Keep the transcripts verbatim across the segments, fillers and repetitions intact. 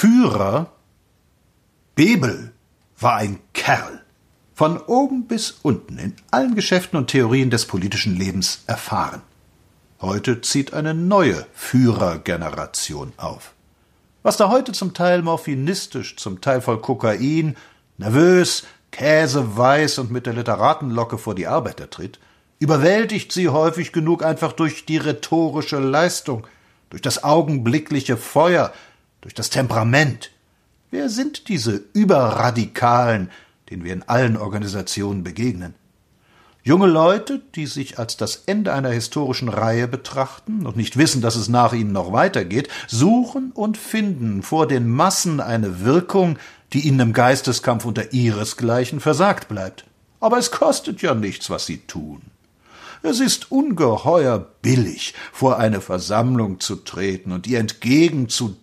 Führer? Bebel war ein Kerl. Von oben bis unten in allen Geschäften und Theorien des politischen Lebens erfahren. Heute zieht eine neue Führergeneration auf. Was da heute zum Teil morphinistisch, zum Teil voll Kokain, nervös, käseweiß und mit der Literatenlocke vor die Arbeiter tritt, überwältigt sie häufig genug einfach durch die rhetorische Leistung, durch das augenblickliche Feuer, durch das Temperament. Wer sind diese Überradikalen, denen wir in allen Organisationen begegnen? Junge Leute, die sich als das Ende einer historischen Reihe betrachten und nicht wissen, dass es nach ihnen noch weitergeht, suchen und finden vor den Massen eine Wirkung, die ihnen im Geisteskampf unter ihresgleichen versagt bleibt. Aber es kostet ja nichts, was sie tun. Es ist ungeheuer billig, vor eine Versammlung zu treten und ihr entgegenzudonnern,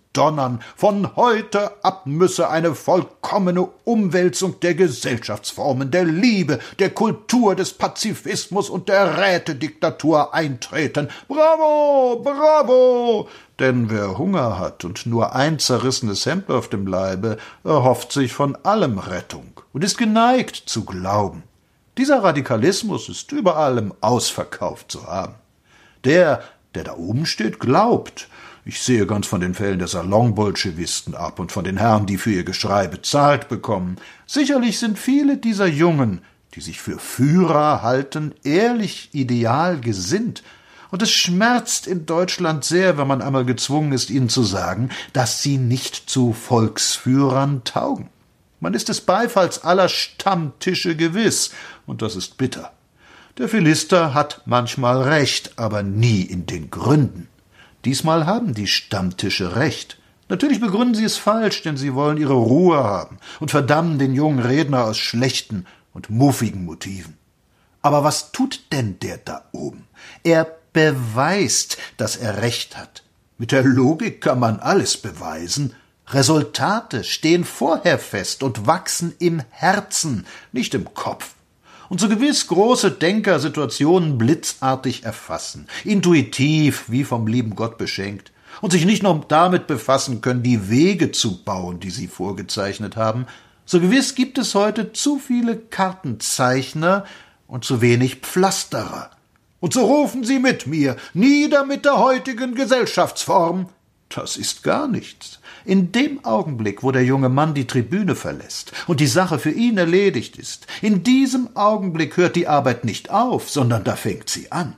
von heute ab müsse eine vollkommene Umwälzung der Gesellschaftsformen, der Liebe, der Kultur, des Pazifismus und der Rätediktatur eintreten. Bravo, bravo! Denn wer Hunger hat und nur ein zerrissenes Hemd auf dem Leibe, erhofft sich von allem Rettung und ist geneigt zu glauben. Dieser Radikalismus ist überall im Ausverkauf zu haben. Der, der da oben steht, glaubt. Ich sehe ganz von den Fällen der Salonbolschewisten ab und von den Herren, die für ihr Geschrei bezahlt bekommen. Sicherlich sind viele dieser Jungen, die sich für Führer halten, ehrlich ideal gesinnt. Und es schmerzt in Deutschland sehr, wenn man einmal gezwungen ist, ihnen zu sagen, dass sie nicht zu Volksführern taugen. Man ist des Beifalls aller Stammtische gewiss, und das ist bitter. Der Philister hat manchmal recht, aber nie in den Gründen. Diesmal haben die Stammtische recht. Natürlich begründen sie es falsch, denn sie wollen ihre Ruhe haben und verdammen den jungen Redner aus schlechten und muffigen Motiven. Aber was tut denn der da oben? Er beweist, dass er recht hat. Mit der Logik kann man alles beweisen. Resultate stehen vorher fest und wachsen im Herzen, nicht im Kopf. Und so gewiss große Denker Situationen blitzartig erfassen, intuitiv wie vom lieben Gott beschenkt, und sich nicht nur damit befassen können, die Wege zu bauen, die sie vorgezeichnet haben, so gewiss gibt es heute zu viele Kartenzeichner und zu wenig Pflasterer. Und so rufen sie mit mir, nieder mit der heutigen Gesellschaftsform. Das ist gar nichts. In dem Augenblick, wo der junge Mann die Tribüne verlässt und die Sache für ihn erledigt ist, in diesem Augenblick hört die Arbeit nicht auf, sondern da fängt sie an.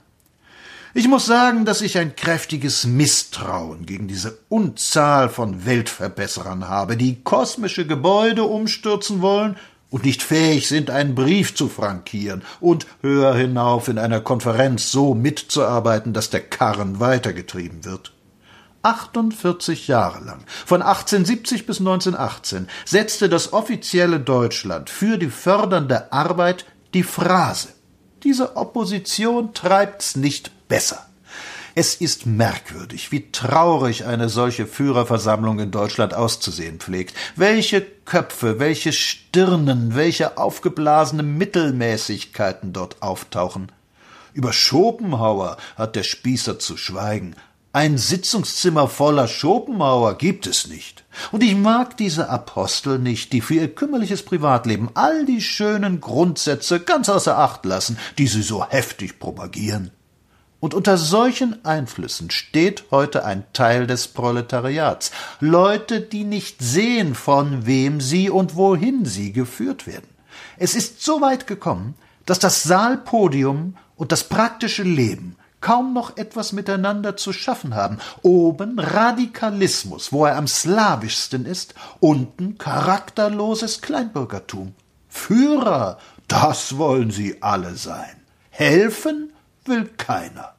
Ich muss sagen, dass ich ein kräftiges Misstrauen gegen diese Unzahl von Weltverbesserern habe, die kosmische Gebäude umstürzen wollen und nicht fähig sind, einen Brief zu frankieren und höher hinauf in einer Konferenz so mitzuarbeiten, dass der Karren weitergetrieben wird. achtundvierzig Jahre lang, von achtzehnhundertsiebzig bis neunzehnhundertachtzehn, setzte das offizielle Deutschland für die fördernde Arbeit die Phrase. Diese Opposition treibt's nicht besser. Es ist merkwürdig, wie traurig eine solche Führerversammlung in Deutschland auszusehen pflegt. Welche Köpfe, welche Stirnen, welche aufgeblasene Mittelmäßigkeiten dort auftauchen. Über Schopenhauer hat der Spießer zu schweigen. Ein Sitzungszimmer voller Schopenhauer gibt es nicht. Und ich mag diese Apostel nicht, die für ihr kümmerliches Privatleben all die schönen Grundsätze ganz außer Acht lassen, die sie so heftig propagieren. Und unter solchen Einflüssen steht heute ein Teil des Proletariats. Leute, die nicht sehen, von wem sie und wohin sie geführt werden. Es ist so weit gekommen, dass das Saalpodium und das praktische Leben kaum noch etwas miteinander zu schaffen haben. Oben Radikalismus, wo er am slawischsten ist, unten charakterloses Kleinbürgertum. Führer, das wollen sie alle sein. Helfen will keiner.